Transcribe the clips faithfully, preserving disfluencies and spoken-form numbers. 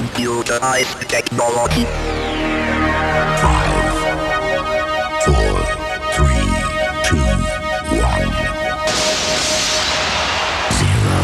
Computerized technology. Five, four, three, two, one, zero.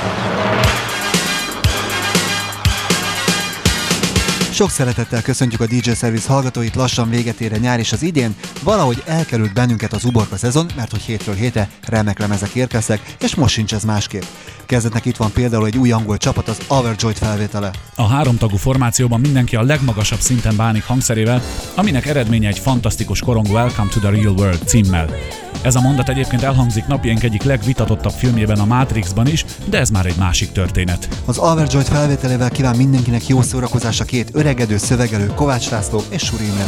Sok szeretettel köszöntjük a dé dzsé Service hallgatóit, lassan véget ér a nyár, és az idén valahogy elkerült bennünket az uborka szezon, mert hogy hétről hétre remek lemezek érkeztek, és most sincs ez másképp. Kezdetnek itt van például egy új angol csapat, az Overjoyed felvétele. A háromtagú formációban mindenki a legmagasabb szinten bánik hangszerével, aminek eredménye egy fantasztikus korongú Welcome to the Real World címmel. Ez a mondat egyébként elhangzik napjaink egyik legvitatottabb filmjében, a Matrixban is, de ez már egy másik történet. Az Overjoyed felvételével kíván mindenkinek jó szórakozás a két öregedő szövegelő Kovács László és Suri Imre.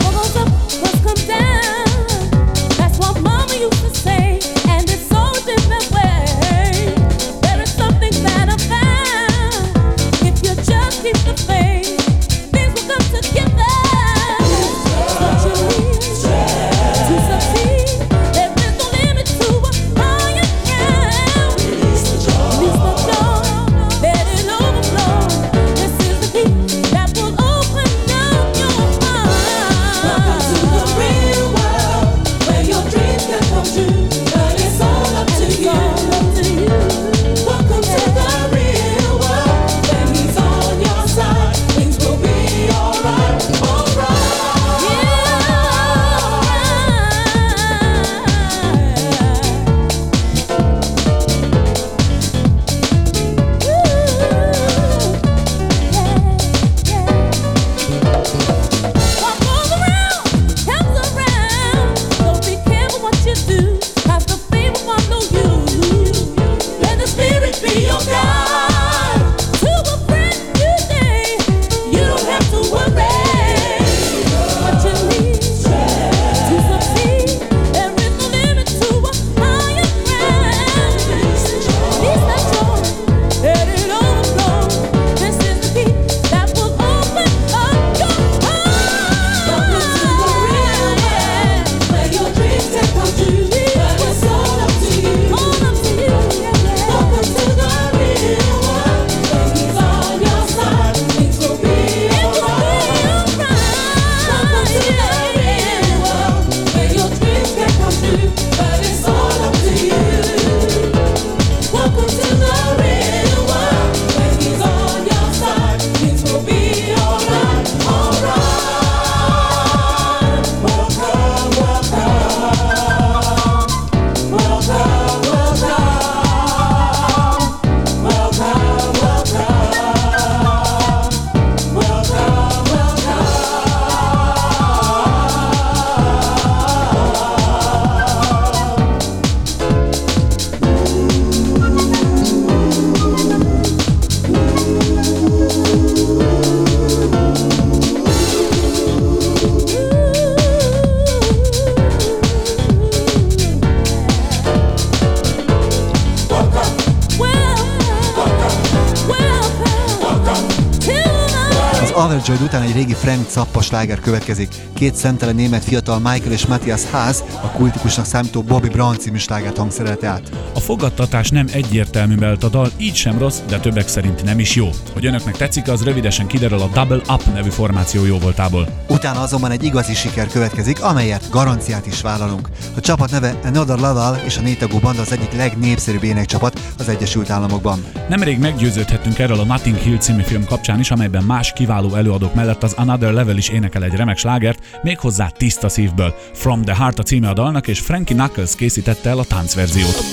Overjoyed után egy régi Frank Zappa sláger következik. Két szemtelen német fiatal Michael és Matthias Haas a kultikusnak számító Bobby Brown című slágert hangszerelte át. A fogadtatás nem egyértelmű, mert a dal így sem rossz, de többek szerint nem is jó. Hogy önöknek tetszik, az rövidesen kiderül a Double Up nevű formáció jóvoltából. Utána azonban egy igazi siker következik, amelyet garanciát is vállalunk. A csapat neve Another Level, és a négy tagú banda az egyik legnépszerűbb énekcsapat az Egyesült Államokban. Nemrég meggyőződhettünk erről a Notting Hill című film kapcsán is, amelyben más kiváló előadók mellett az Another Level is énekel egy remek slágert, méghozzá tiszta szívből. From the Heart a címe a dalnak, és Frankie Knuckles készítette el a táncverziót.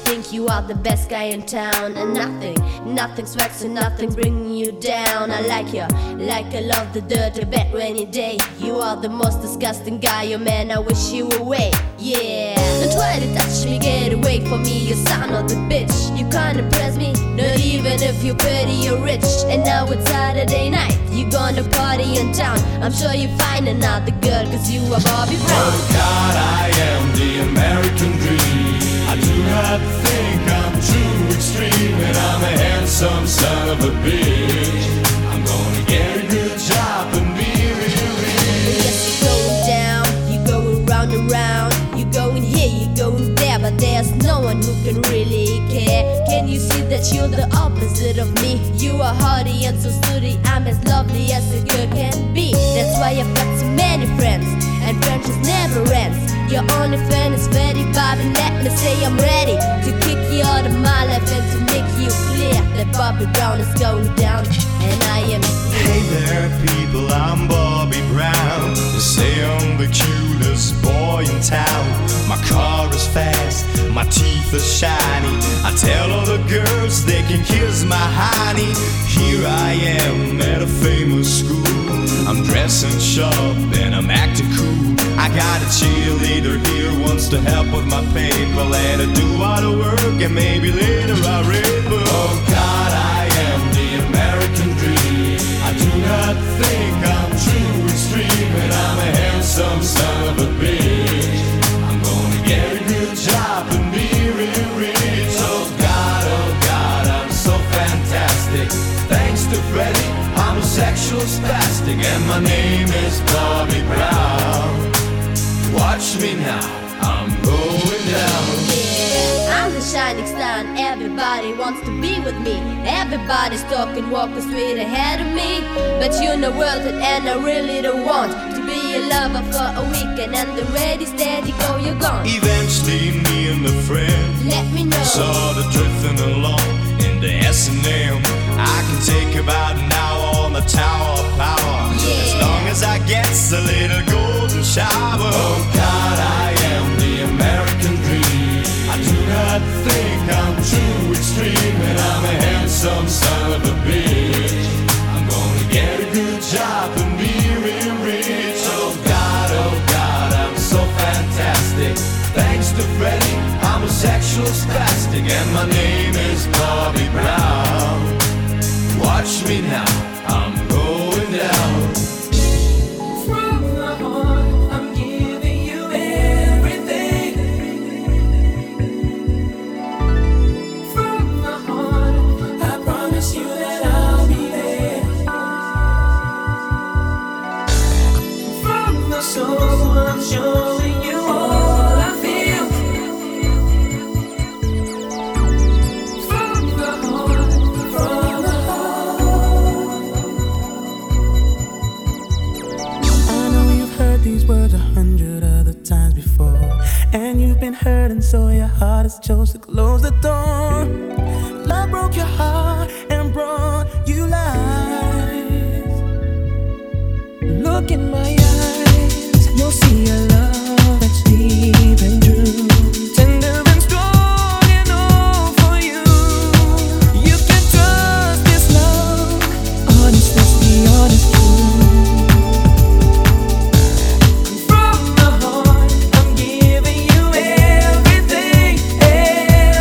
Yeah, don't try to touch me, get away from me, you son of a bitch. You can't impress me, not even if you're pretty or rich. And now it's Saturday night, you gonna party in town. I'm sure you find another girl, cause you are Bobby Brown. Oh God, I am the American dream. I do not think I'm too extreme, and I'm a handsome son of a bitch. I'm gonna get a good job and be real rich. Yes, you're going down, you're going round and round. You're going here, you're going there, but there's no one who can really care. Can you see that you're the opposite of me? You are hardy and so snooty, I'm as lovely as a girl can be. That's why I've got so many friends, and friendship never ends. Your only friend is very Bobby, let me say I'm ready to kick you out of my life and to make you clear that Bobby Brown is going down, and I am here. Hey there people, I'm Bobby Brown. They say I'm the cutest boy in town. My car is fast, my teeth are shiny. I tell all the girls they can kiss my honey. Here I am at a famous school. I'm dressing sharp and I'm acting cool. I got a cheerleader here, wants to help with my paper. Let her do all the work and maybe later I'll rape her. Oh God, I am the American dream. I do not think I'm too extreme, and I'm a handsome son of a bitch. I'm gonna get a good job and be real rich. Oh God, oh God, I'm so fantastic. Thanks to Freddie, I'm a sexual spastic, and my name is Bobby Brown. Watch me now, I'm going down. Yeah, I'm the shining star and everybody wants to be with me. Everybody's talking, walking straight ahead of me. But you're not worth it and I really don't want to be a lover for a weekend, and the ready, steady, go, you're gone. Eventually me and a friend Let me know. sort of drifting along in the S and M. I can take about an hour on the Tower of Power, Yeah. as long as I get a little golden shower. Oh God, I am the American dream. I do not think I'm too extreme, and I'm a handsome son of a bitch. I'm gonna get a good job and be real rich. Oh God, oh God, I'm so fantastic. Thanks to Freddie, I'm a sexual spastic, and my name is Bobby Brown. Watch me now, I'm going down. From the heart, I'm giving you everything. From the heart, I promise you that I'll be there. From the soul, I'm showing you all I feel. From the heart, from the I know you've heard these words a hundred other times before, and you've been hurting, so your heart has chose to close the door. Love broke your heart and brought you life. Look in my eyes, you'll see a love that's deep and true, tender and strong and all for you. You can trust this love, honest, let's be honest, true. From the heart, I'm giving you everything, everything.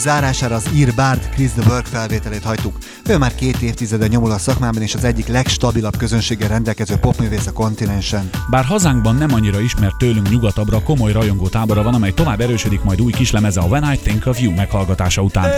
zárására az ír bárd Chris de Burgh felvételét hagytuk. Ő már két évtizede nyomul a szakmában és az egyik legstabilabb közönséggel rendelkező popművész a kontinensen. Bár hazánkban nem annyira ismert tőlünk nyugatabbra, komoly rajongó tábora van, amely tovább erősödik majd új kislemeze a When I Think of You meghallgatása után.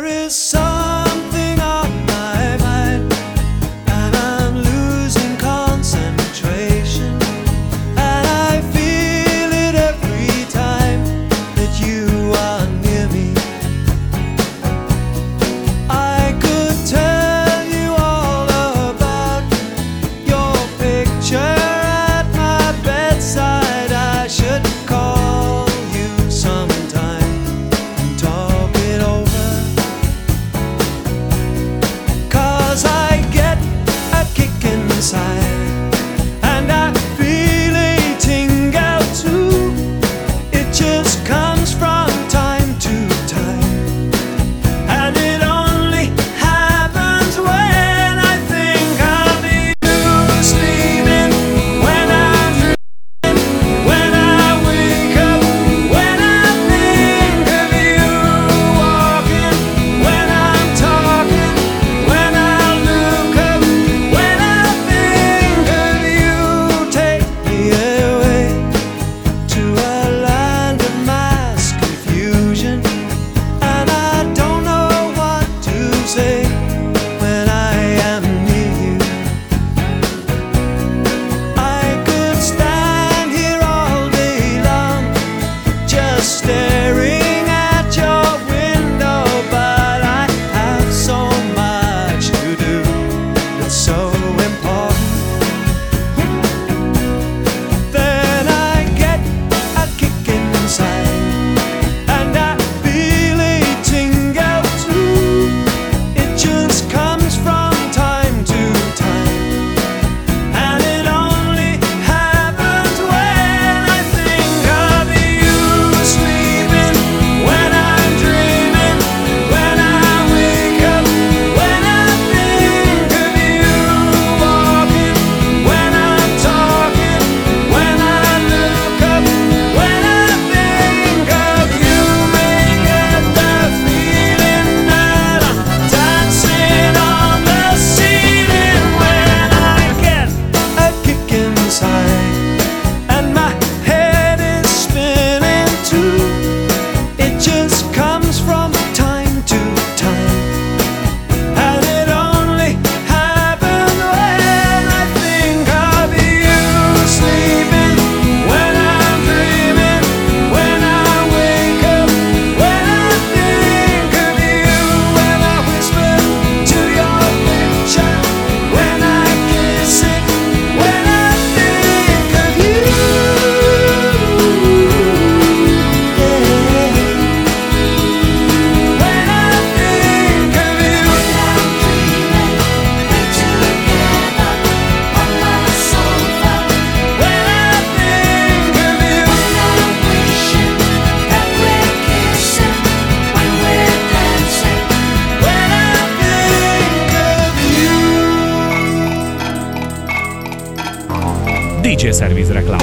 dé dzsé Service reklám.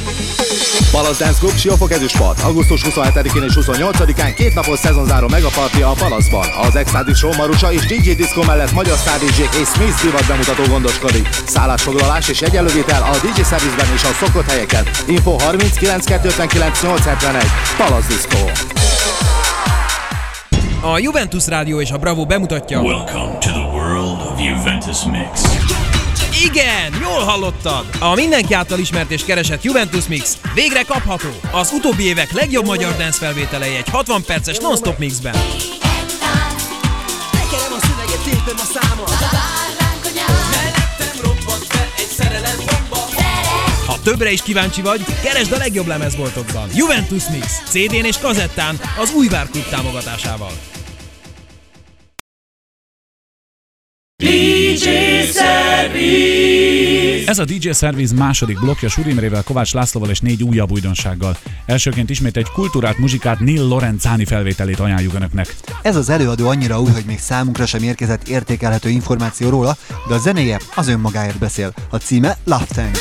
Palace Dance Club Siófok Ezüstpart. augusztus huszonhetedikén és huszonnyolcadikán két napos szezonzáró megaparti a Palace-ban. Az Extadis Show, Marusa és dé dzsé Disco mellett magyar sztár dé dzsék és Smith divat bemutató gondoskodik. Szállásfoglalás és jegyelővétel a dé dzsé Service-ben és a szokott helyeken. Info harminc kilenc kettőszázötvenkilenc nyolcszázhetvenegy. Palace Disco. A Juventus Rádió és a Bravo bemutatja. Welcome to the world of Juventus Mix. Igen, jól hallottad! A mindenki által ismert és keresett Juventus Mix végre kapható. Az utóbbi évek legjobb magyar dance felvételei egy hatvan perces non-stop mixben. Tekerem a szöveget, tépem a számot. Mellettem robbant be egy szerelem bomba. Ha többre is kíváncsi vagy, keresd a legjobb lemezboltokban. Juventus Mix, cé dén és kazettán az Újvár Klub támogatásával. dé dzsé Service. Ez a dé dzsé Service második blokkja Suri Imrével, Kovács Lászlóval és négy újabb újdonsággal. Elsőként ismét egy kultúrált muzsikát, Neil Lorenzani felvételét ajánljuk önöknek. Ez az előadó annyira új, hogy még számunkra sem érkezett értékelhető információ róla, de a zenéje az önmagáért beszél. A címe Love Tank.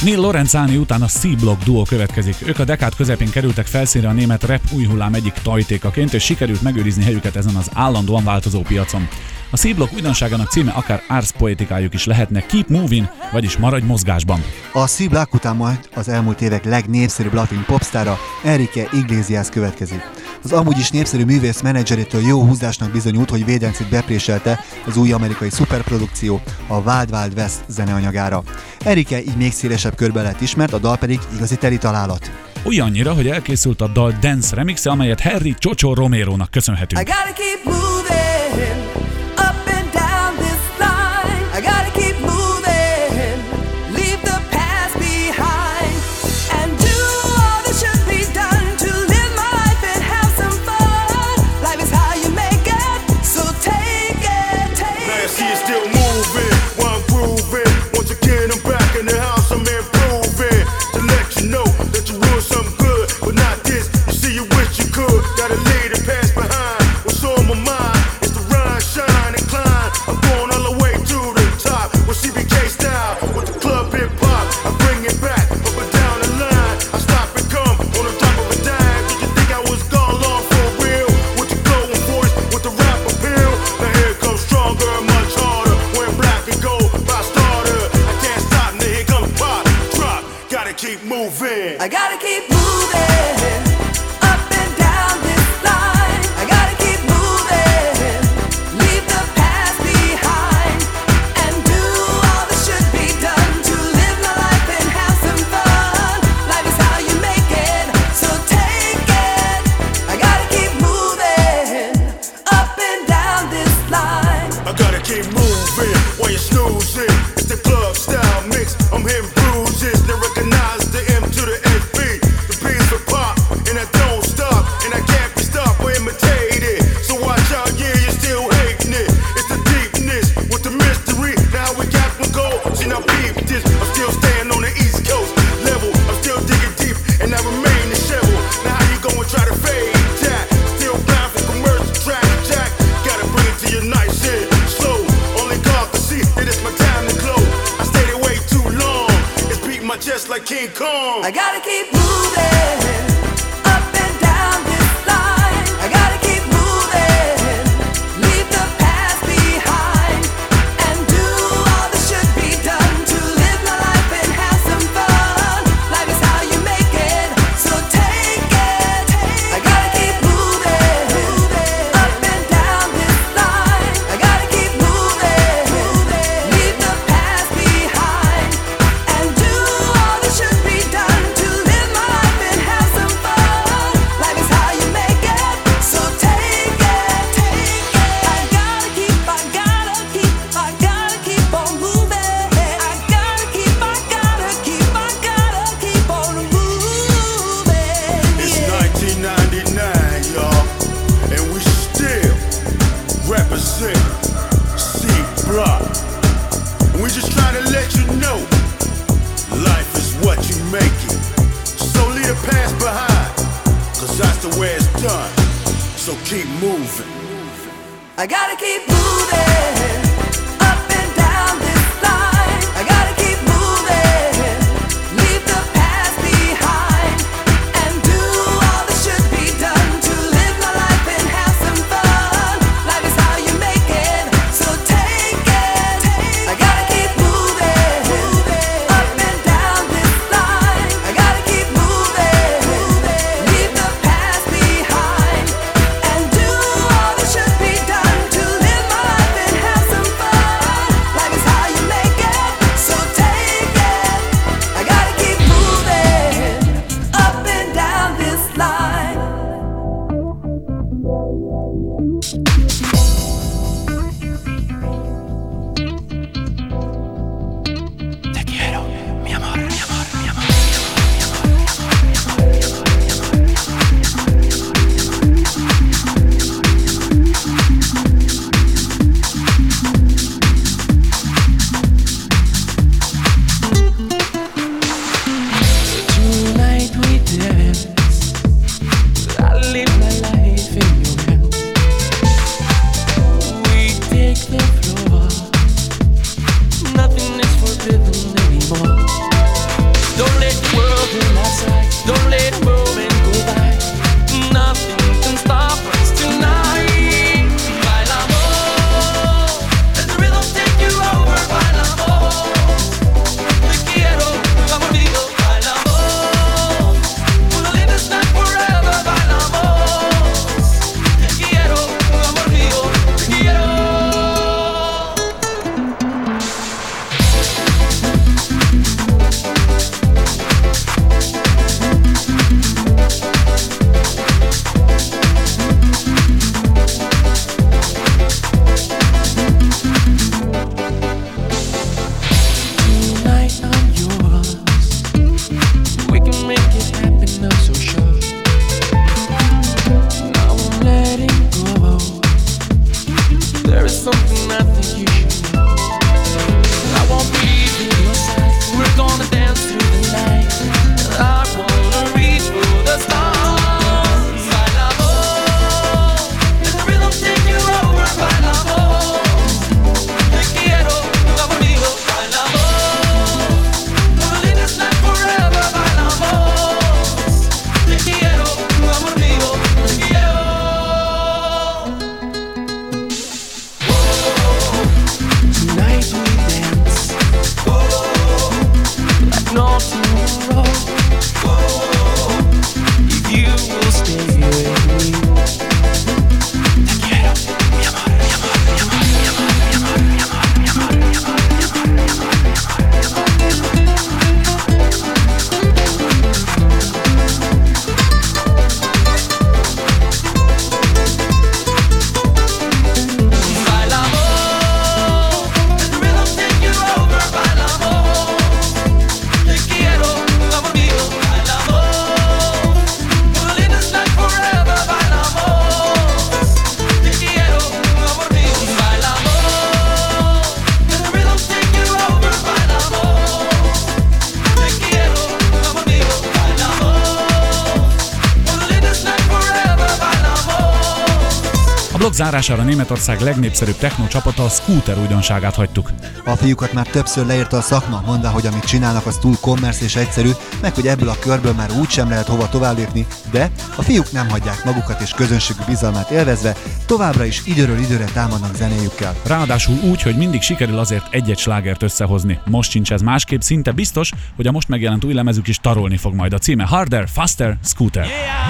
Neil Lorenzani után a C-Block duó következik. Ők a dekád közepén kerültek felszínre a német rap új hullám egyik tajtékaként, és sikerült megőrizni helyüket ezen az állandóan változó piacon. A C-Block újdonságának címe akár árszpoetikájuk is lehetne, Keep Moving, vagyis maradj mozgásban. A C-Block után majd az elmúlt évek legnépszerűbb latin popstára, Enrique Iglesias következik. Az amúgy is népszerű művész menedzserétől jó húzásnak bizonyult, hogy védencét bepréselte az új amerikai szuperprodukció, a Wild Wild West zeneanyagára. Enrique így még szélesebb körben lett ismert, a dal pedig igazi teli találat. Olyannyira, hogy elkészült a dal Dance remixe, amelyet Harry Chocho Romero-nak köszönhetünk. I gotta keep moving up and down this line. I gotta keep moving, leave the past behind, and do all that should be done to live my life and have some fun. Life is how you make it, so take it. I gotta keep moving up and down this line. I gotta keep moving while you're snoozing. It's the club style mix. I'm hitting bruises, they recognize the M to the S B. The B's for pop, and I don't stop, and I can't be stopped or imitated. So watch out, yeah, you're still hating it. It's the deepness with the mystery. Now we got to go. See now peep this. I'm still staying on the East Coast level. I'm still digging deep, and I remain in shovel. Now how you gonna try to fade that? Still blind for commercial track, Jack. Gotta bring it to your nice and slow. Only God can see that it's my time to glow. I stayed away too long. It's beating my chest like King Kong. I gotta keep moving up and down this line. I gotta keep moving, leave the past behind, and do all that should be done to live my life and have some fun. Life is how you make it, so take it. I gotta keep moving up and down this line. I gotta keep moving, leave the past behind, and do all that should be done to live my life and have some fun. Life is how you make it, so take it, take it. I gotta keep, I gotta keep, I gotta keep on moving. I gotta keep, I gotta keep, I gotta keep on moving. It's nineteen ninety-nine, y'all, and we still represent C-Block. And we just trying to let you know, life is what you make it. So leave the past behind, cause that's the way it's done. So keep moving. I gotta keep moving up and down this line. I gotta keep moving, leave the past behind, and do all that should be done to live my life and have some fun. Life is how you make it, so take it. I gotta keep moving up and down this line. I gotta keep moving, leave the past behind, and do all that should be done to live my life and have some A blog zárására Németország legnépszerűbb techno csapata a Scooter újdonságát hagytuk. A fiúkat már többször leírta a szakma, mondva, hogy amit csinálnak az túl kommersz és egyszerű, meg hogy ebből a körből már úgysem lehet hova tovább lépni, de a fiúk nem hagyják magukat és közönségük bizalmát élvezve, továbbra is időről időre támadnak zenéjükkel. Ráadásul úgy, hogy mindig sikerül azért egy-egy slágert összehozni. Most sincs ez másképp, szinte biztos, hogy a most megjelent új lemezük is tarolni fog majd. A címe Harder, Faster, Scooter. Yeah!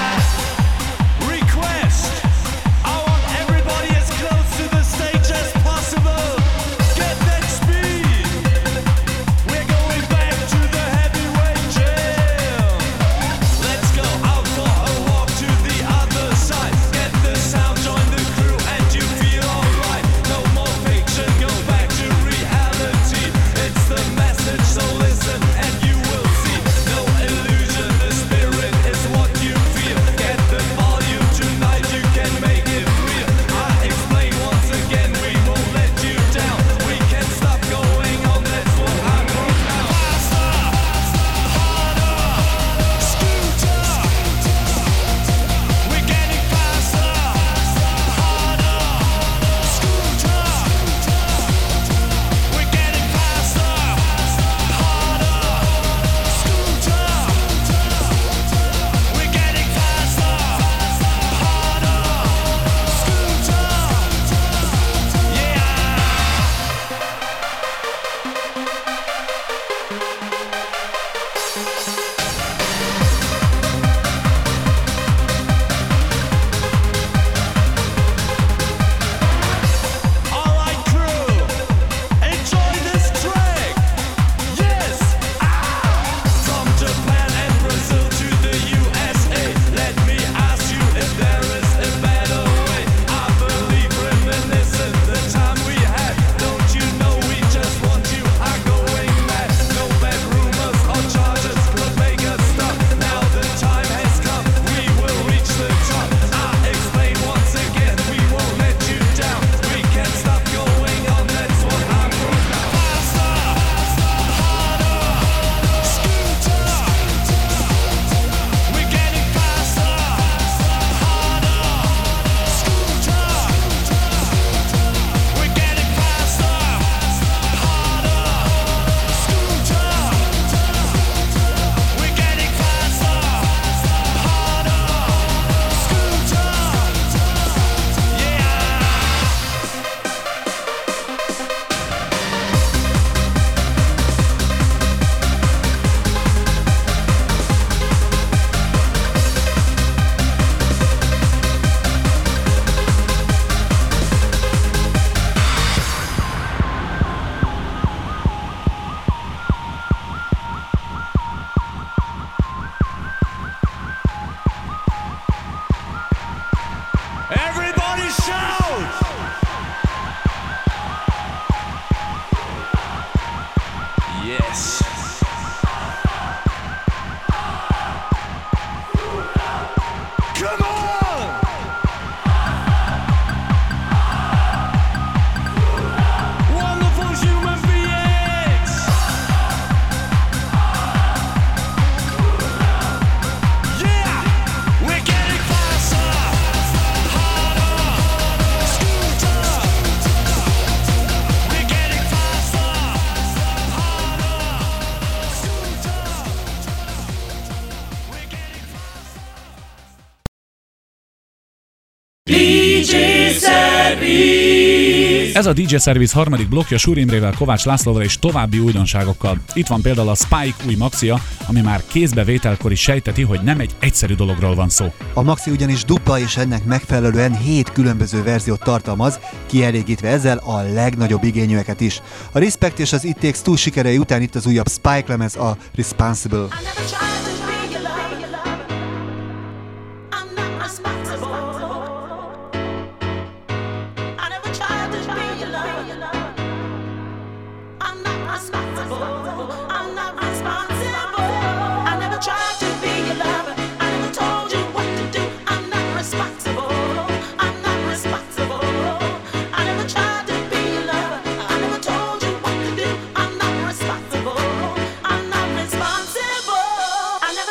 dé dzsé Service! Ez a dé dzsé Service harmadik blokkja Súr Imrével, Kovács Lászlóval és további újdonságokkal. Itt van például a Spike új maxia, ami már kézbevételkor is sejteti, hogy nem egy egyszerű dologról van szó. A maxi ugyanis dupla és ennek megfelelően hét különböző verziót tartalmaz, kielégítve ezzel a legnagyobb igényűeket is. A Respect és az It Takes Two sikerei után itt az újabb Spike lemez, a Responsible. I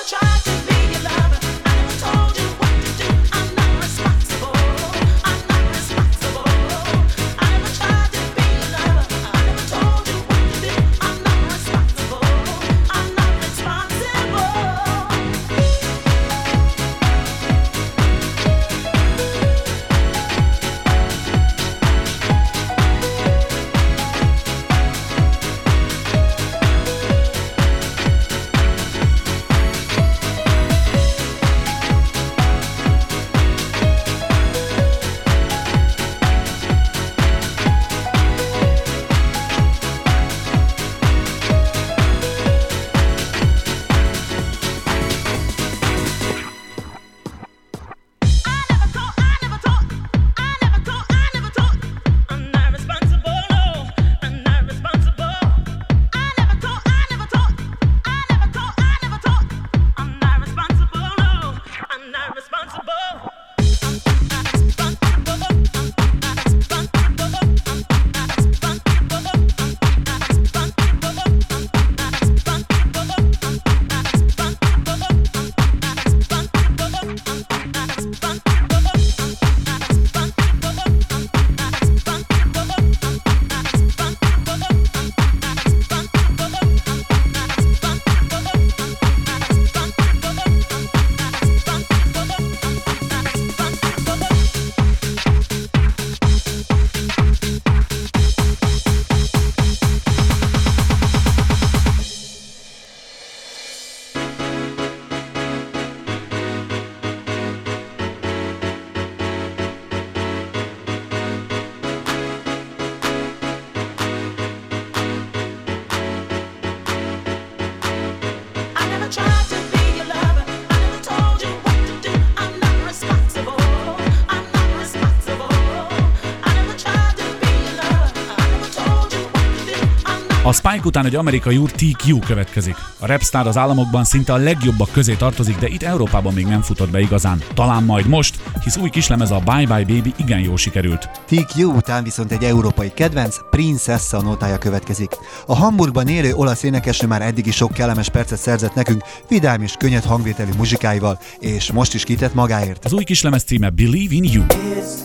A Spike után egy amerikai úr té kú következik. A rapstar az államokban szinte a legjobbak közé tartozik, de itt Európában még nem futott be igazán. Talán majd most, hisz új kislemez a Bye Bye Baby igen jól sikerült. té kú után viszont egy európai kedvenc, Princessa nótája következik. A Hamburgban élő olasz énekesnő már eddig is sok kellemes percet szerzett nekünk, vidám és könnyed hangvételű muzsikáival, és most is kitett magáért. Az új kislemez címe Believe in You.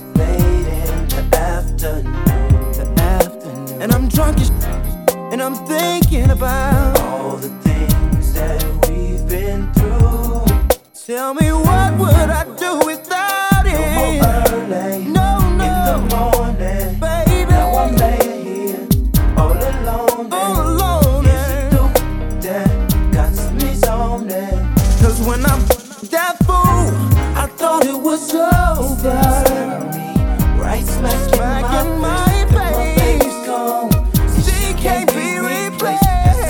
And I'm drunk as and I'm thinking about all the things that we've been through. Tell me what would I do without it? No more early, no, no, in the morning, baby. Now I'm laying here, all alone, all alone. Is it you that got me zoned? 'Cause when I'm that fool, I thought it was over. Right smack, smack in my face. She can't be replaced.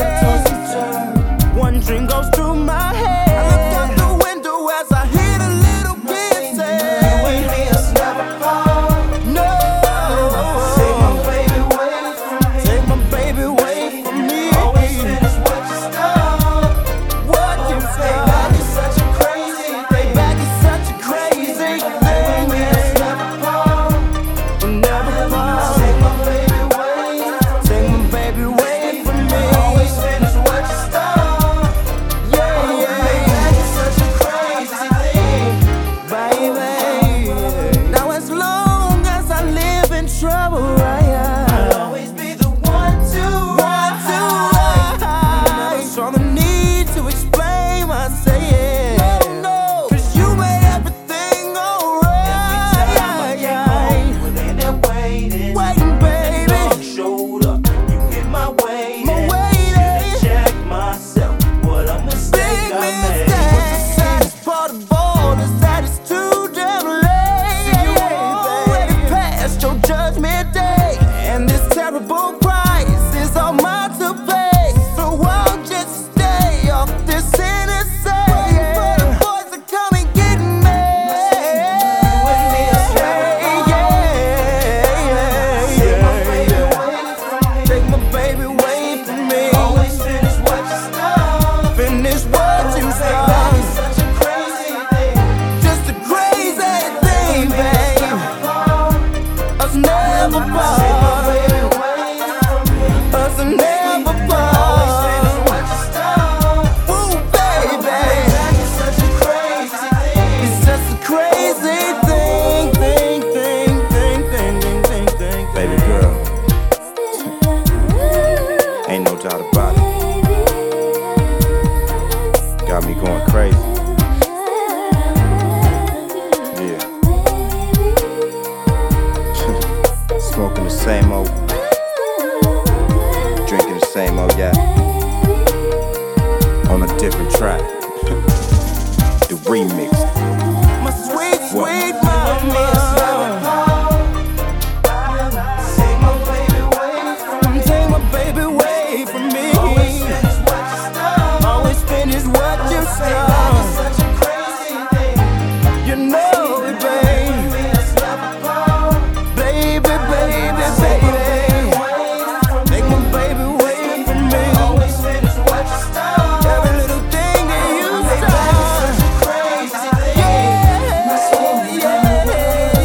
One dream goes through my head. I look out the window as I hear a little kid say, "You and me us never part." No, take my baby away from me. Take my baby away from me. Always finish what you start. What you start. Back is such a crazy thing. Back is such a crazy thing. We us never part. We'll never part. Take my baby away. Take my baby away from me. Always finish what you start. Yeah, yeah. Back is such a crazy thing, baby. Now as long as I live in trouble, right, I'll always be the one to one to never saw the need to explain myself. No, no. 'Cause you made everything alright. Waiting, waiting, baby. Showed up, you hit my way. My way. Check myself, what a mistake I made. What's the saddest part of all is that it's too damn late. You already passed your judgment day, and this terrible price is all mine to pay. So I'll just stay off this innocent. Waiting for the boys to come and get me. You and me are straight, yeah. Take my baby away from me. Take my baby away from me. Always finish what you start. Finish what you start. It's such a crazy thing. Just a crazy thing, babe. Us never part. Take my baby away from me. Us never part. Always finish what you start. Woo, baby. It's such a crazy thing. It's just a crazy thing, thing, thing, thing, thing, thing, thing, thing. Baby girl, ain't no doubt about it. Got me going crazy. Yeah. Smoking the same old, drinking the same old, yeah. On a different track. The remix. My sweet, What? sweet mama. Take my baby away from me. Take my baby away from me. Always finish what you start. Always finish what you start. It's such a crazy thing. You know it, babe. Baby, baby, baby. Take my baby away from me. Always finish what you start. Every little thing that you start. Yeah, yeah.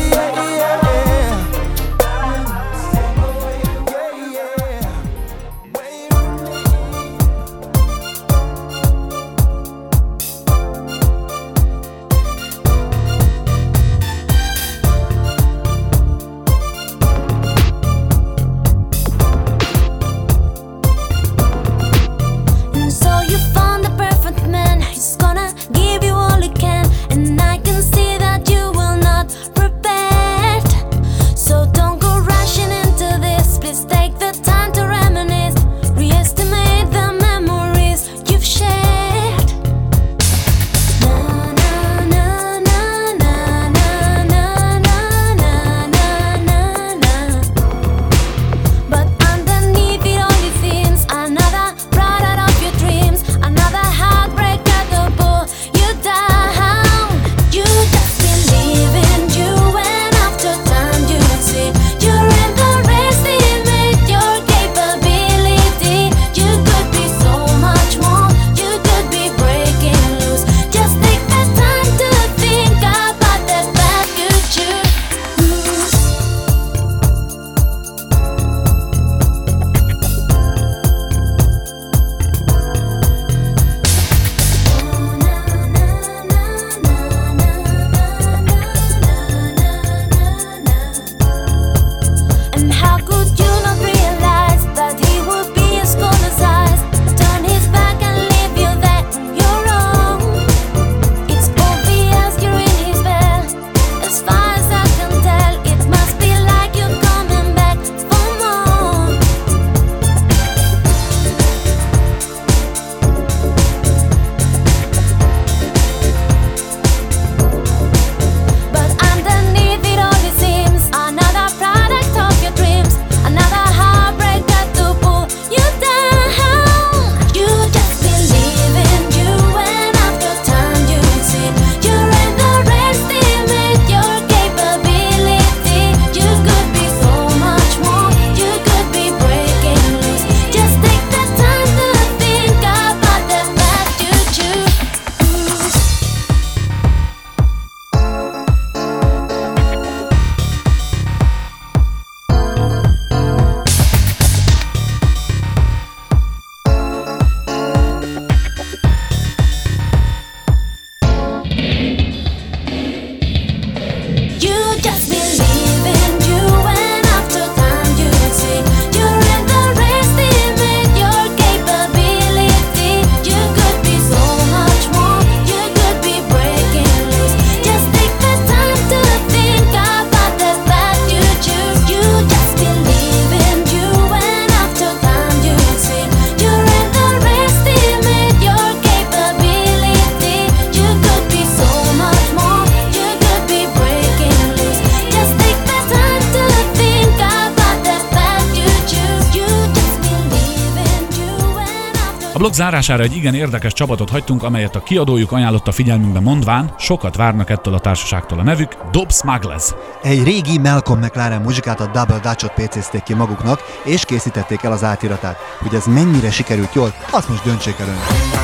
blog zárására egy igen érdekes csapatot hagytunk, amelyet a kiadójuk ajánlott a figyelmünkbe mondván, sokat várnak ettől a társaságtól a nevük, Dope Smugglers. Egy régi Malcolm McLaren muzsikát, a Double Dutch-ot pé cézték ki maguknak, és készítették el az átiratát. Hogy ez mennyire sikerült jól, azt most döntsék el önök.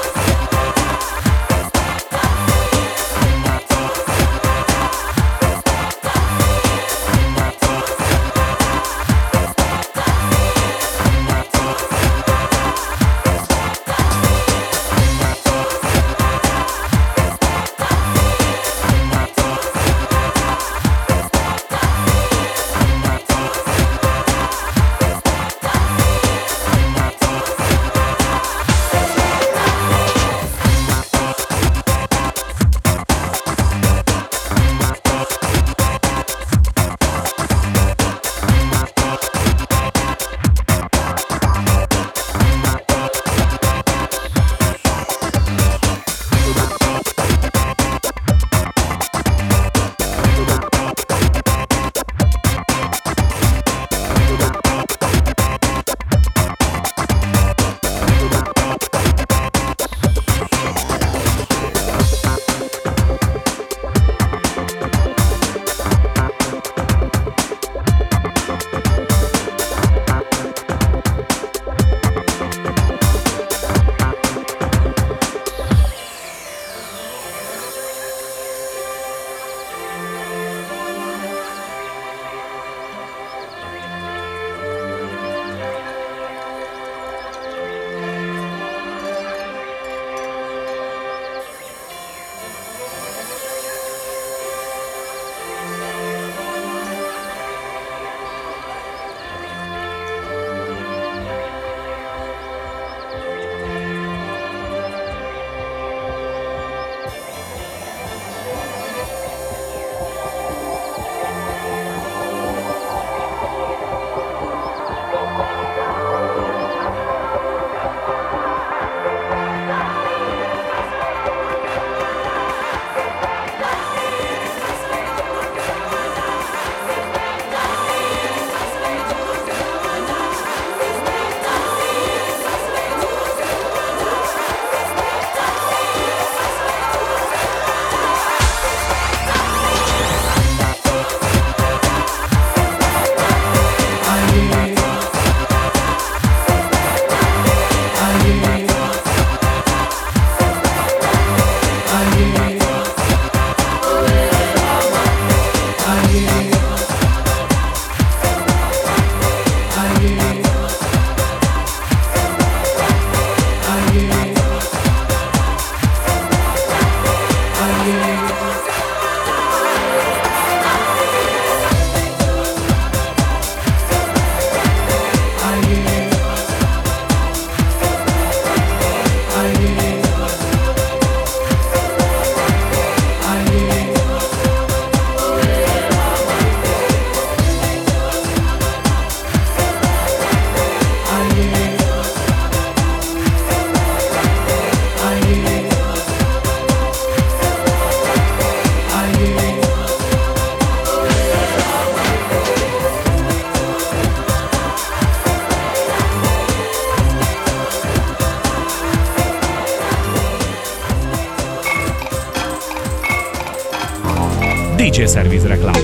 dé dzsé Service reklám.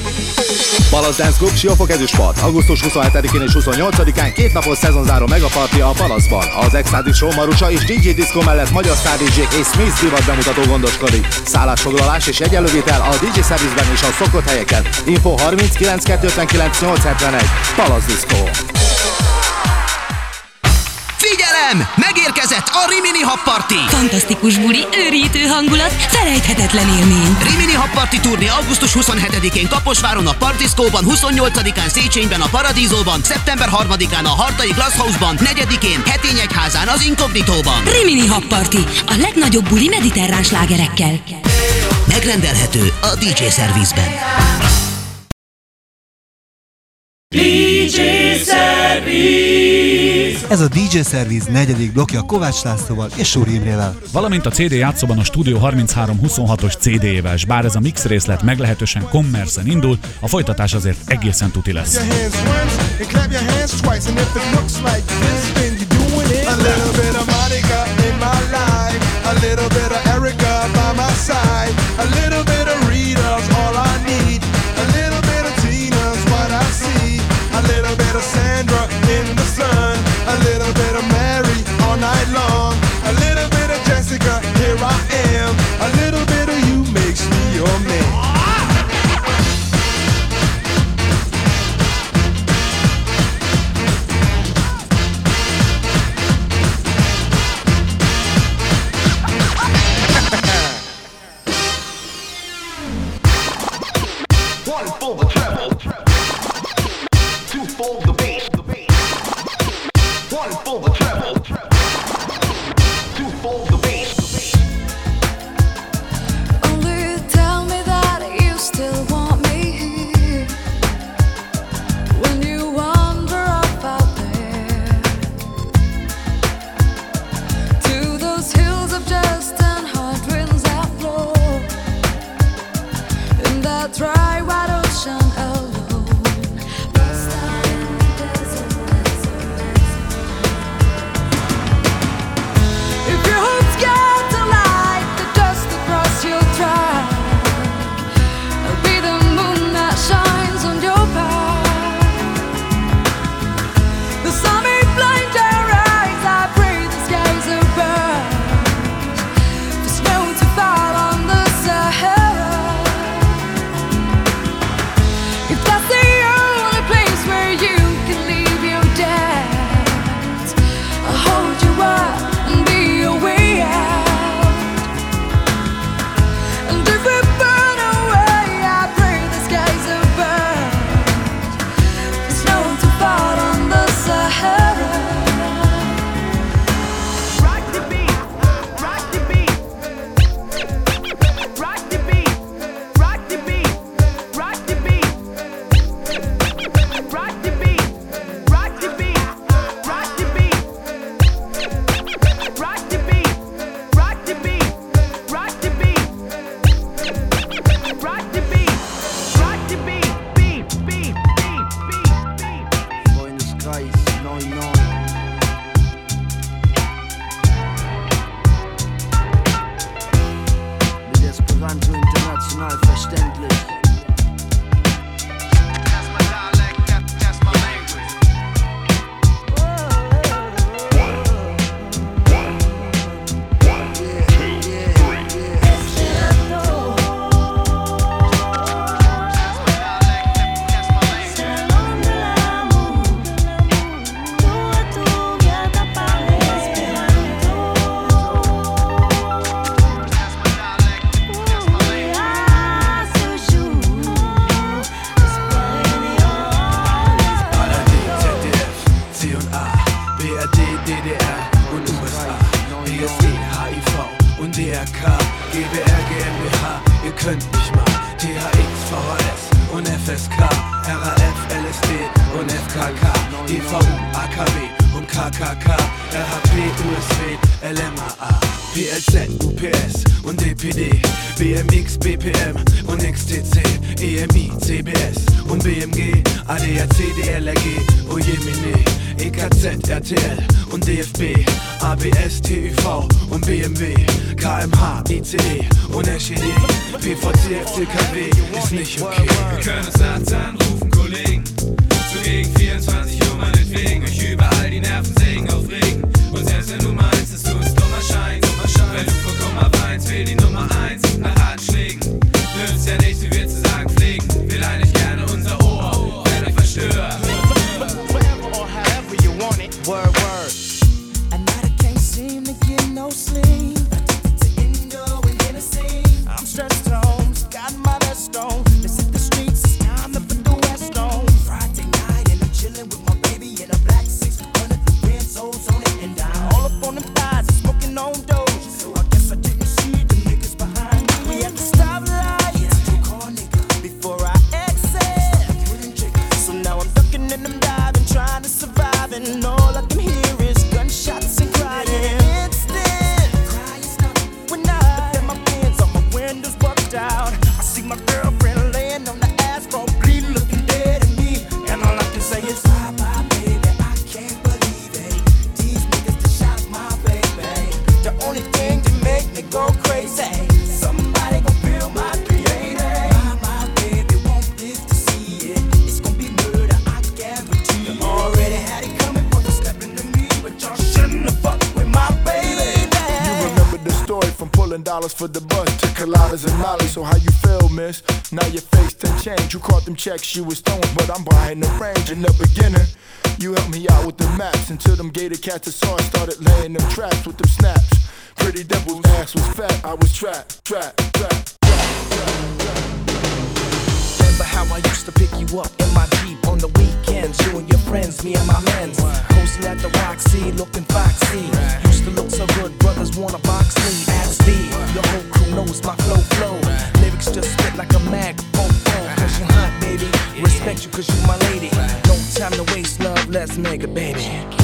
Palace Dance Club Siófok ezüstpart. augusztus huszonhetedikén és huszonnyolcadikán két napos szezonzáró megaparti a Palace-ban. Az Extatic Show Marusa és dé dzsé Disco mellett magyar sztár dé dzsék és Smith divat bemutató gondoskodik. Szállásfoglalás és egyenlővétel a dé dzsé Service-ben és a szokott helyeken. Info harminc kilenc kettőszázötvenkilenc nyolcszázhetvenegy. Palace Disco. Figyelem! Megérkezett a Rimini Hub Party! Fantasztikus buli, őrítő hangulat, felejthetetlen élmény. Rimini Hub Party turné augusztus huszonhetedikén Kaposváron a Partiszkóban, huszonnyolcadikán Széchenyben a Paradízóban, szeptember harmadikán a Hartai Glasshouse-ban, negyedikén Hetényegyházán az Inkognitóban. Rimini Hub Party, a legnagyobb buli mediterrán slágerekkel. Megrendelhető a dé dzsé Service-ben. dé dzsé Service. Ez a dé dzsé Service negyedik blokkja Kovács Lászlóval és Súri Imrével. Valamint a cé dé játszóban a Studio harminchárom huszonhatos cé dé-ével, s bár ez a mix részlet meglehetősen kommerszen indul, a folytatás azért egészen tuti lesz. A little bit of Monica in my life, a little bit of Erica by my side, a little bit of Rita's all I need, a little bit of Tina's what I see, a little bit of Sandra in the sun, a little bit of Mary all night long, a little bit of Jessica, here I am, a little bit of you makes me your man. One for the treble, two for the bass, one for the treble, two for the bass. Only tell me that you still want me here when you wander off out there to those hills of dust and hard winds that blow in that dry white ocean alone. Lost out in the desert, desert, desert. If your hope's got to light the dust across your track, I'll be the moon that shines on your path. The sun may blind your eyes, I pray the skies are burned for snow to fall on the Sahara. If that's the only place where you can leave your debt, I'll hold you up and be your way out. And if we burn away, I pray the skies are burned for snow to fall on the Sahara. Rock the beat, rock the beat, rock the beat, rock the beat, rock the beat, rock the beat, rock the beat, rock the beat, rock the beat, rock the beat, rock the beat, rock the beat, rock the beat, beat, beat, beat, beat, beat. Boy in the skies, neun neun. Mit Esperanto international verständlich. C und A, B R D, D D R und U S A, P S D, H I V und D R K, G B R, G m b H, ihr könnt mich mal, T H X, V H S und F S K, R A F, L S D und F K K, D V U, A K B und K K K, R H P, U S W, L M A A, P L Z, U P S und D P D, B M X, B P M und X T C, E M I, C B S und B M G, A D A C, D L R G, Ojemine, E K Z, R T L und D F B, A B S, T U V und B M W, K M H, I C E und S E D, P V C, F C K W ist nicht okay. Wir können es nachts anrufen, Kollegen, zugegen vierundzwanzig Uhr meinetwegen, euch überall die Nerven sägen, aufregen. Und selbst wenn du meinst, dass du uns dumm erscheinst, wenn du vor Komma weinst, wähl die Nummer eins nach harten Schlägen. Nützt ja nichts, wie wir zu sagen pflegen, will eigentlich gerne unser Ohr, wenn euch verstört. Word, word. At night I can't seem to get no sleep. Taking go and Hennessy. I'm stressed home, got my vest on. Let's hit the streets, it's time to put the West on. Friday night and I'm chilling with my dollars for the bus to Coladas and Molly. So how you feel, miss? Now your face done changed. You caught them checks you was throwing, but I'm behind the range. In the beginning, you helped me out with the maps until them gator cats I saw started laying them traps with them snaps. Pretty Devil's ass was fat, I was trapped, trapped, trapped. Remember how I used to pick you up in my Jeep on the weekends? You and your friends, me and my mans, coasting at the Roxy, looking foxy. Used to look so good, brothers wanna box me. Ask D, your whole crew knows my flow flow. Lyrics just spit like a mag, phone phone. Cause you hot, baby. Respect you cause you my lady. No time to waste, love, let's make it, baby.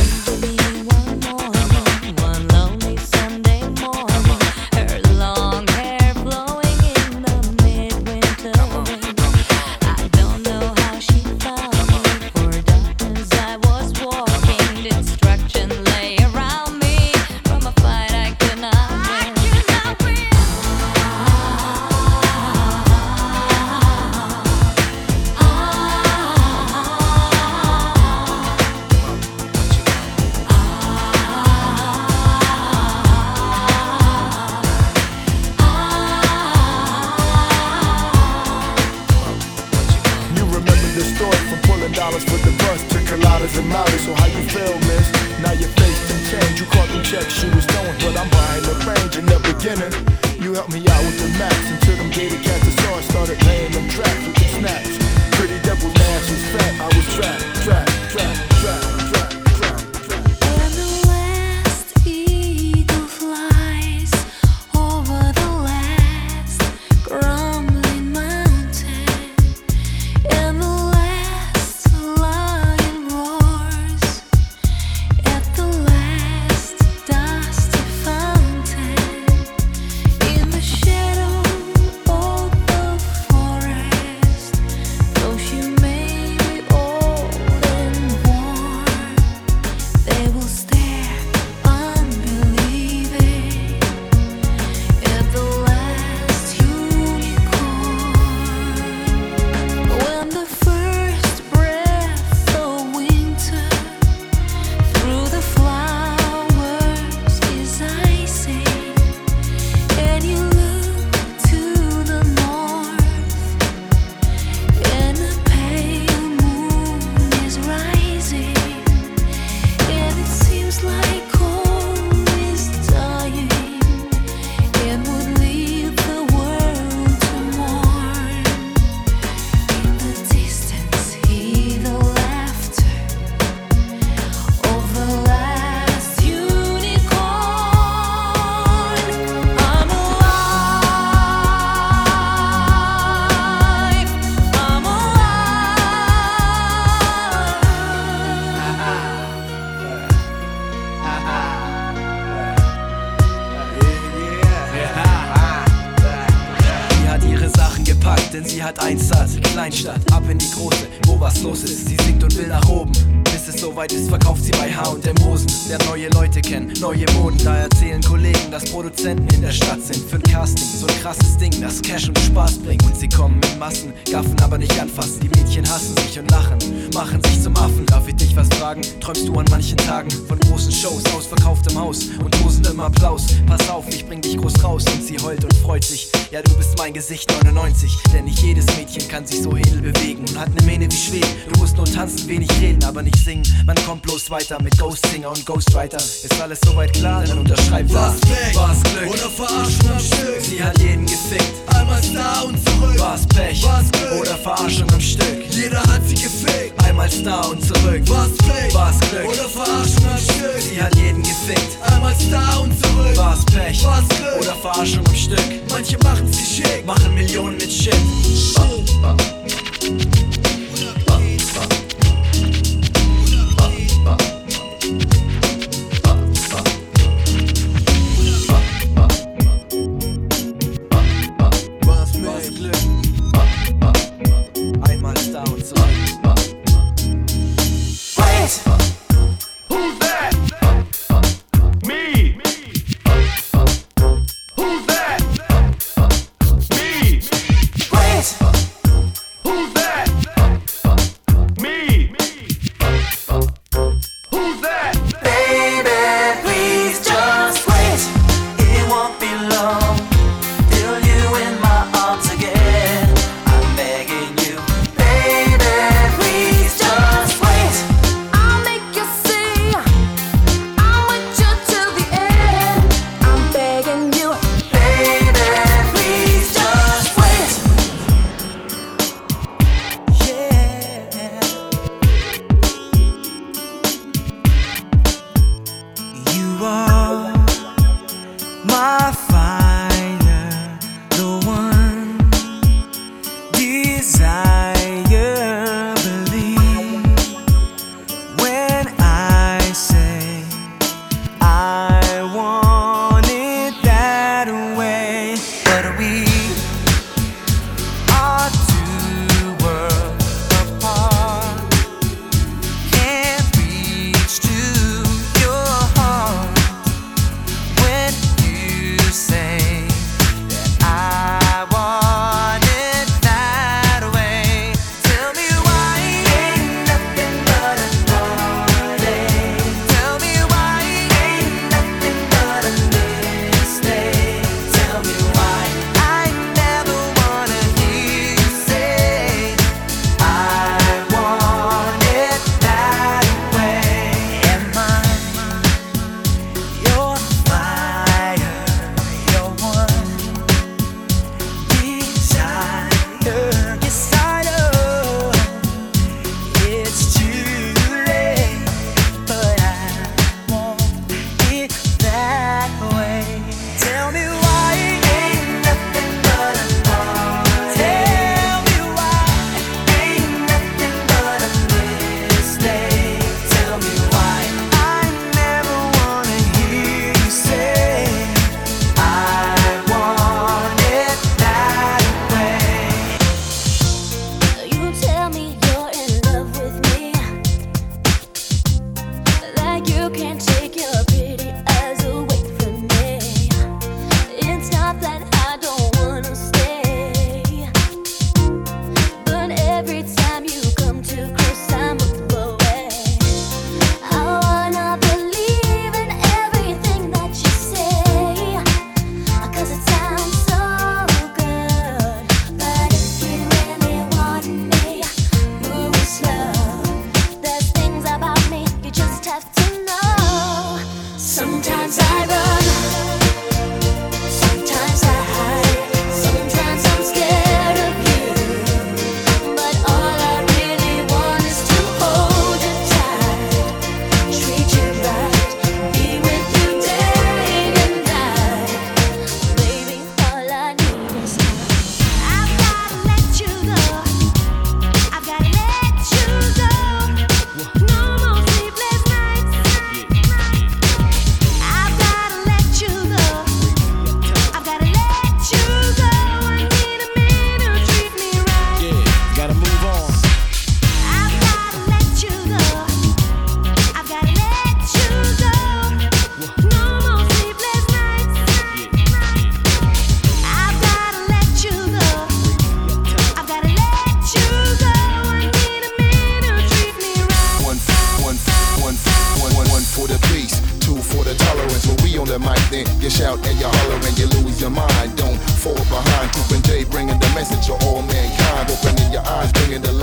Träumst du an manchen Tagen von großen Shows, ausverkauftem Haus und tosendem Applaus? Pass auf, ich bring dich groß raus. Und sie heult und freut sich, ja du bist mein Gesicht neunundneunzig. Denn nicht jedes Mädchen kann sich so edel bewegen und hat ne Mähne wie Schweden. Du musst nur tanzen, wenig reden, aber nicht singen. Man kommt bloß weiter mit Ghost Singer und Ghostwriter. Ist alles soweit klar, dann unterschreibt was. War's Glück oder Verarschen am Stück. Sie hat jeden gefickt, einmal Star und zurück. War's Pech oder Verarschung am Stück. Jeder hat sie gefickt, einmal Star und zurück. War's Pech War's Glück oder Verarschung am Stück. Sie hat jeden gefickt, einmal Star und zurück. War's Pech War's Glück oder Verarschung am Stück. Manche machen's wie schick, machen Millionen mit Shit.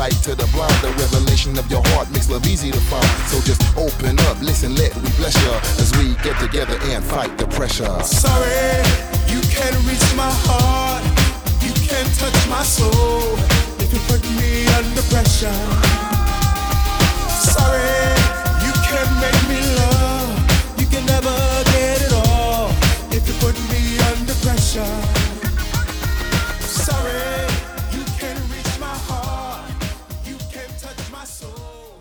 sight to the blind. The revelation of your heart makes love easy to find. So just open up, listen, let we bless you as we get together and fight the pressure. Sorry, you can't reach my heart. You can't touch my soul if you put me under pressure. Sorry, you can't make me love. You can never get it all if you put me under pressure. Sorry, you can't reach my heart. You can't touch my soul.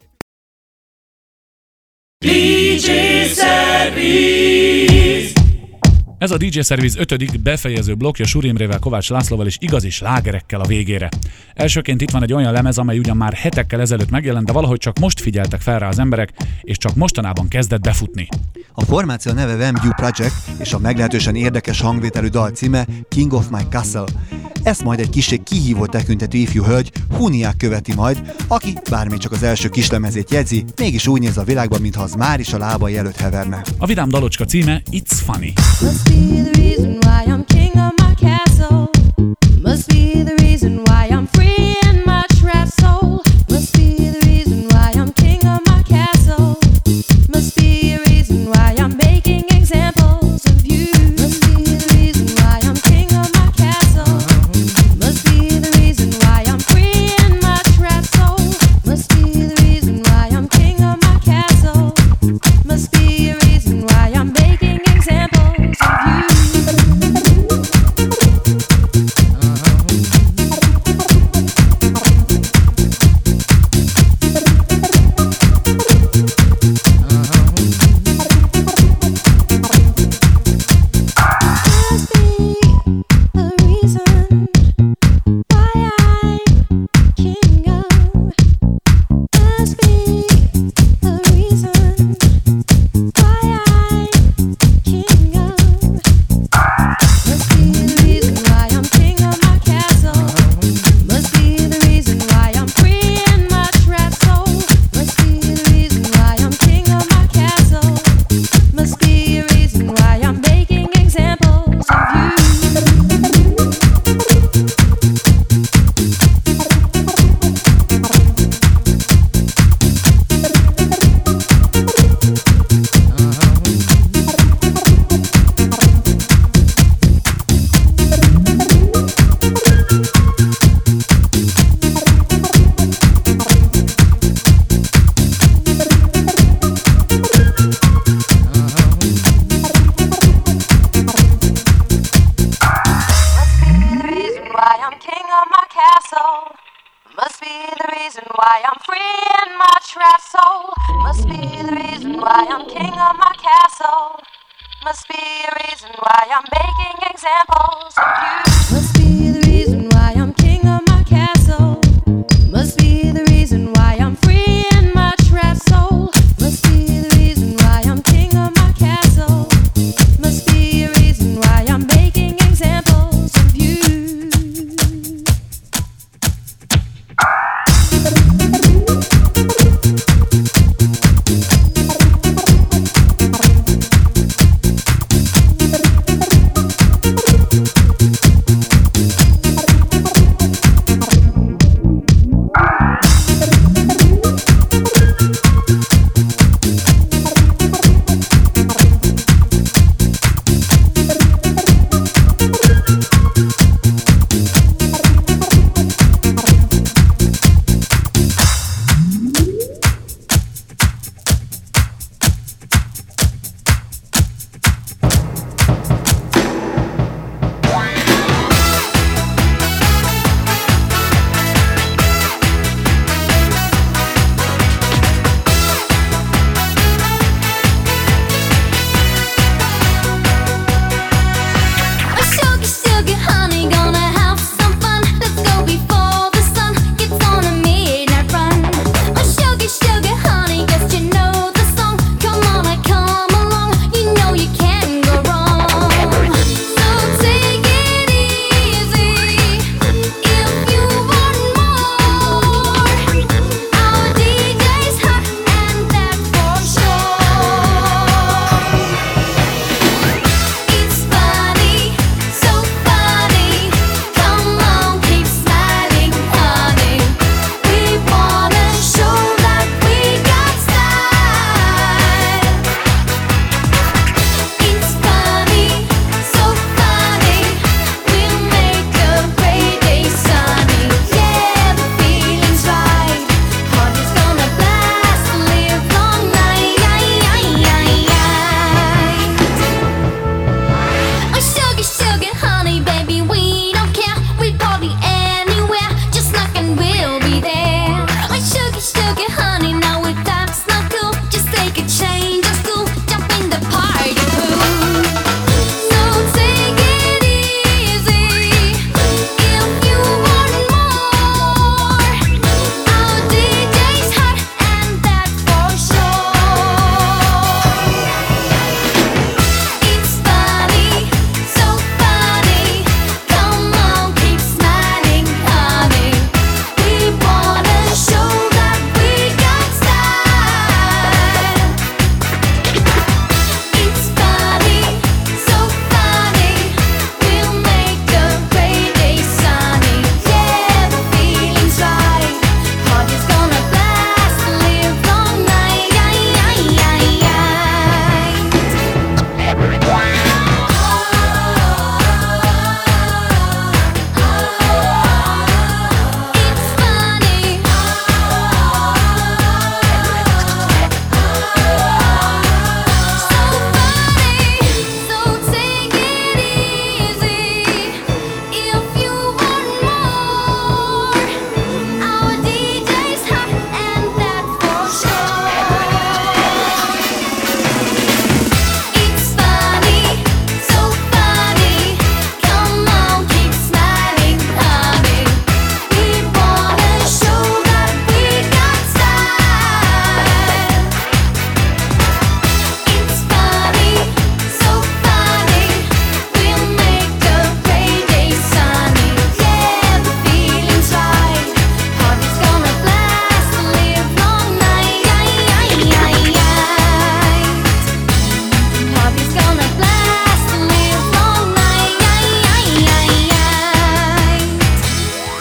dé dzsé Service. Ez a dé dzsé Service ötödik befejező blokkja Súr Imrével, Kovács Lászlóval és igazi slágerekkel a végére. Elsőként itt van egy olyan lemez, amely ugyan már hetekkel ezelőtt megjelent, de valahogy csak most figyeltek fel rá az emberek, és csak mostanában kezdett befutni. A formáció neve Vamview Project, és a meglehetősen érdekes hangvételű dal címe King of My Castle. Ezt majd egy kissé kihívó tekintetű ifjú hölgy, Huniák követi majd, aki bármi csak az első kislemezét jegyzi, mégis úgy néz a világban, mintha az már is a lábai előtt heverne. A vidám dalocska címe It's Funny. Must be the reason why I'm king of my castle. Must be the reason why I'm free in my trapped soul. Must be the reason why I'm king of my castle. Must be a reason why I'm making examples of you. Must be the reason why I'm king of my castle. Must be the reason why I'm free in my trapped soul. Must be the reason why I'm king of my castle. Must be a reason why I'm making examples of you.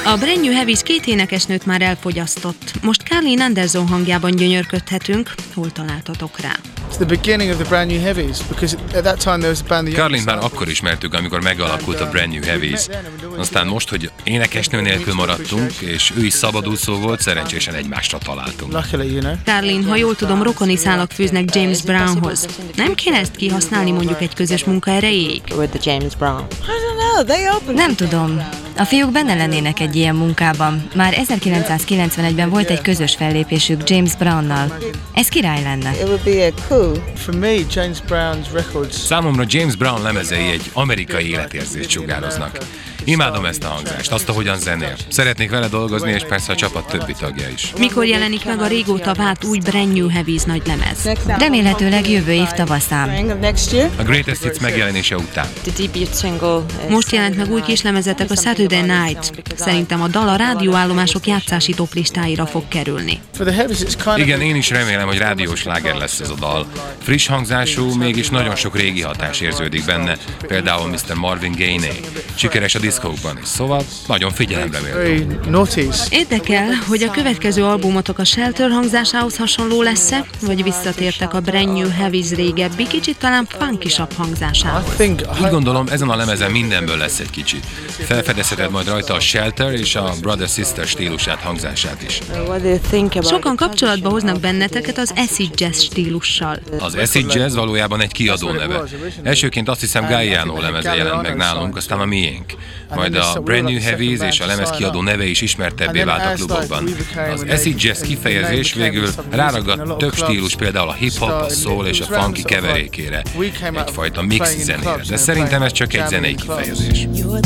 A Brand New Heavies két énekesnőt már elfogyasztott. Most Carlin Anderson hangjában gyönyörködhetünk. Hol találtatok rá? Carlint már akkor ismertük, amikor megalakult a Brand New Heavies. Aztán most, hogy énekesnő nélkül maradtunk, és ő is szabadúszó volt, szerencsésen egymásra találtunk. Carlin, ha jól tudom, rokoni szálak fűznek James Brownhoz. Nem kéne ezt kihasználni mondjuk egy közös munka erejéig? Nem tudom. A fiúk benne lennének egy ilyen munkában. Már ezerkilencszázkilencvenegyben volt egy közös fellépésük James Brownnal. Ez király lenne. Számomra James Brown lemezei egy amerikai életérzést sugároznak. Imádom ezt a hangzást, azt, ahogyan zenél. Szeretnék vele dolgozni, és persze a csapat többi tagja is. Mikor jelenik meg a régóta várt új Brand New Heavies nagy lemez? Remélhetőleg jövő év tavaszán. A Greatest Hits megjelenése után. Most jelent meg új kislemezetek a Saturday Night. Szerintem a dal a rádióállomások játszási toplistáira fog kerülni. Igen, én is remélem, hogy rádiós sláger lesz ez a dal. Friss hangzású, mégis nagyon sok régi hatás érződik benne, például miszter Marvin Gaye-né. Sikeres a diszkókban is, szóval nagyon figyelemre méltó. Érdekel, hogy a következő albumotok a Shelter hangzásához hasonló lesz-e, vagy visszatértek a Brand New Heavies régebbi, kicsit talán funkisabb hangzásához? Úgy gondolom, ezen a lemezen mindenből lesz egy kicsit. Felfedezheted majd rajta a Shelter és a Brother-Sister stílusát, hangzását is. Sokan kapcsolatba hoznak benneteket az acid jazz stílussal. Az acid jazz valójában egy kiadó neve. Elsőként azt hiszem Galliano lemeze jelent meg nálunk, aztán a miénk. Majd a Brand New Heavies és a lemez kiadó neve is ismertebbé vált a klubokban. Az acid jazz kifejezés végül ráragadt több stílus, például a hip-hop, a soul és a funky keverékére. Egyfajta mix zenére, de szerintem ez csak egy zenei kifejezés.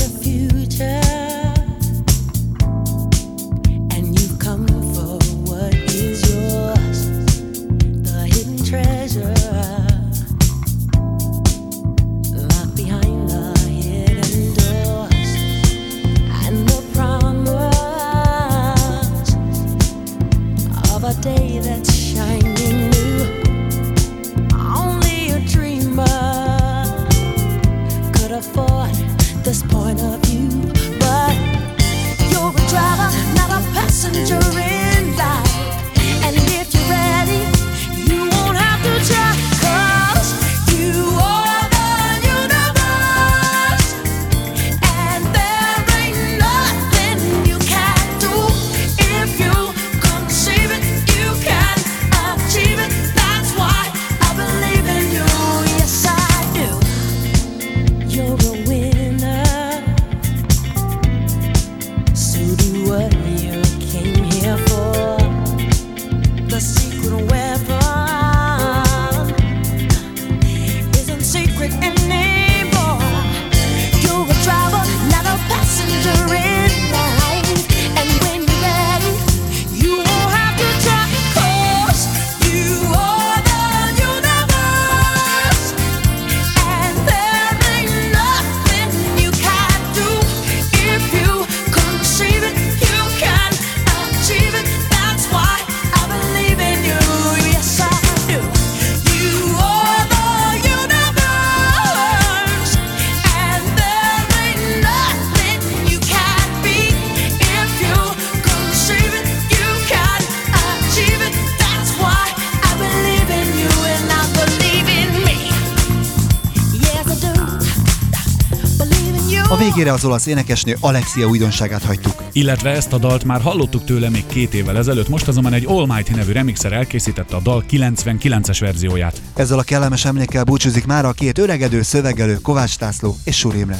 A végére az olasz énekesnő Alexia újdonságát hagytuk. Illetve ezt a dalt már hallottuk tőle még két évvel ezelőtt, most azonban egy Almighty nevű remixer elkészítette a dal kilencvenkilences verzióját. Ezzel a kellemes emlékkel búcsúzik már a két öregedő szövegelő Kovács László és Suri Imre.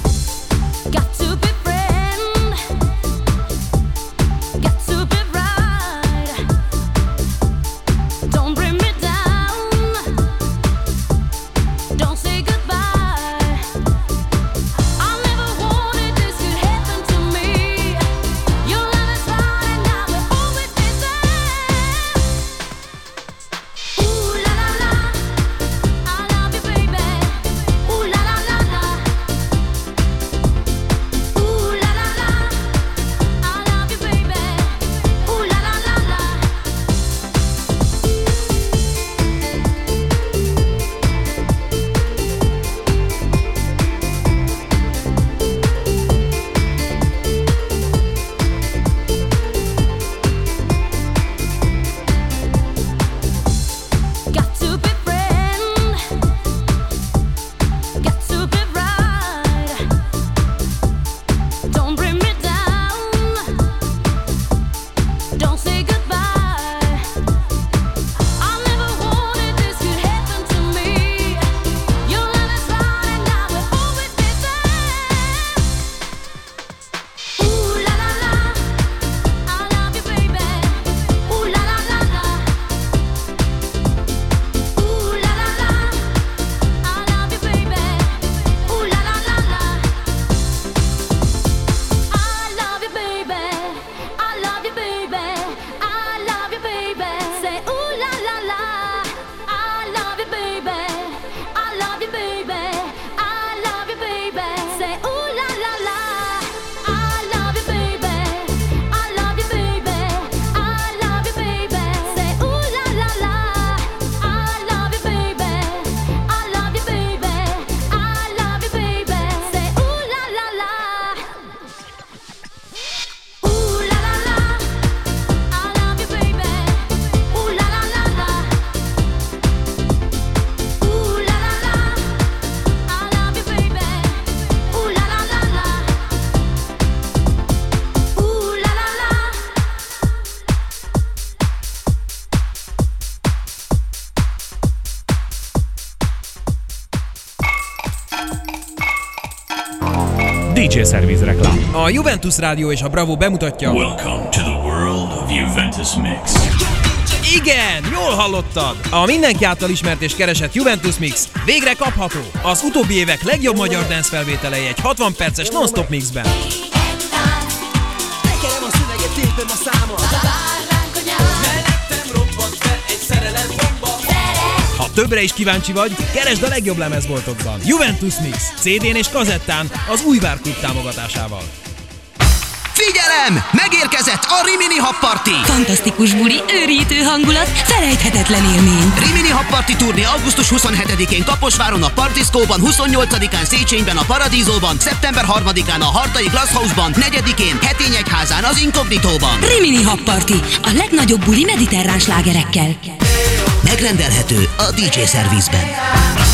Got to be friends. Got to be right. Service reklám. A Juventus Rádió és a Bravo bemutatja. Welcome to the world of Juventus Mix. Igen, jól hallottad! A mindenki által ismert és keresett Juventus Mix végre kapható. Az utóbbi évek legjobb magyar dance felvételei egy hatvan perces non-stop mixben. Tekerem a szöveget, tépem a számot. Mellettem robbant fel egy szerelem bomba. Ha többre is kíváncsi vagy, keresd a legjobb lemezboltokban. Juventus Mix, cé dén és kazettán az Újvár Klub támogatásával. Figyelem! Megérkezett a Rimini Hub Party! Fantasztikus buli, őrítő hangulat, felejthetetlen élmény. Rimini Hub Party turné augusztus huszonhetedikén Kaposváron a Partiszkóban, huszonnyolcadikán Széchenyben a Paradízóban, szeptember harmadikán a Hartai Glasshouse-ban, negyedikén Hetényegyházán az Inkognitóban. Rimini Hub Party, a legnagyobb buli mediterrán slágerekkel. Megrendelhető a dé dzsé Service-ben.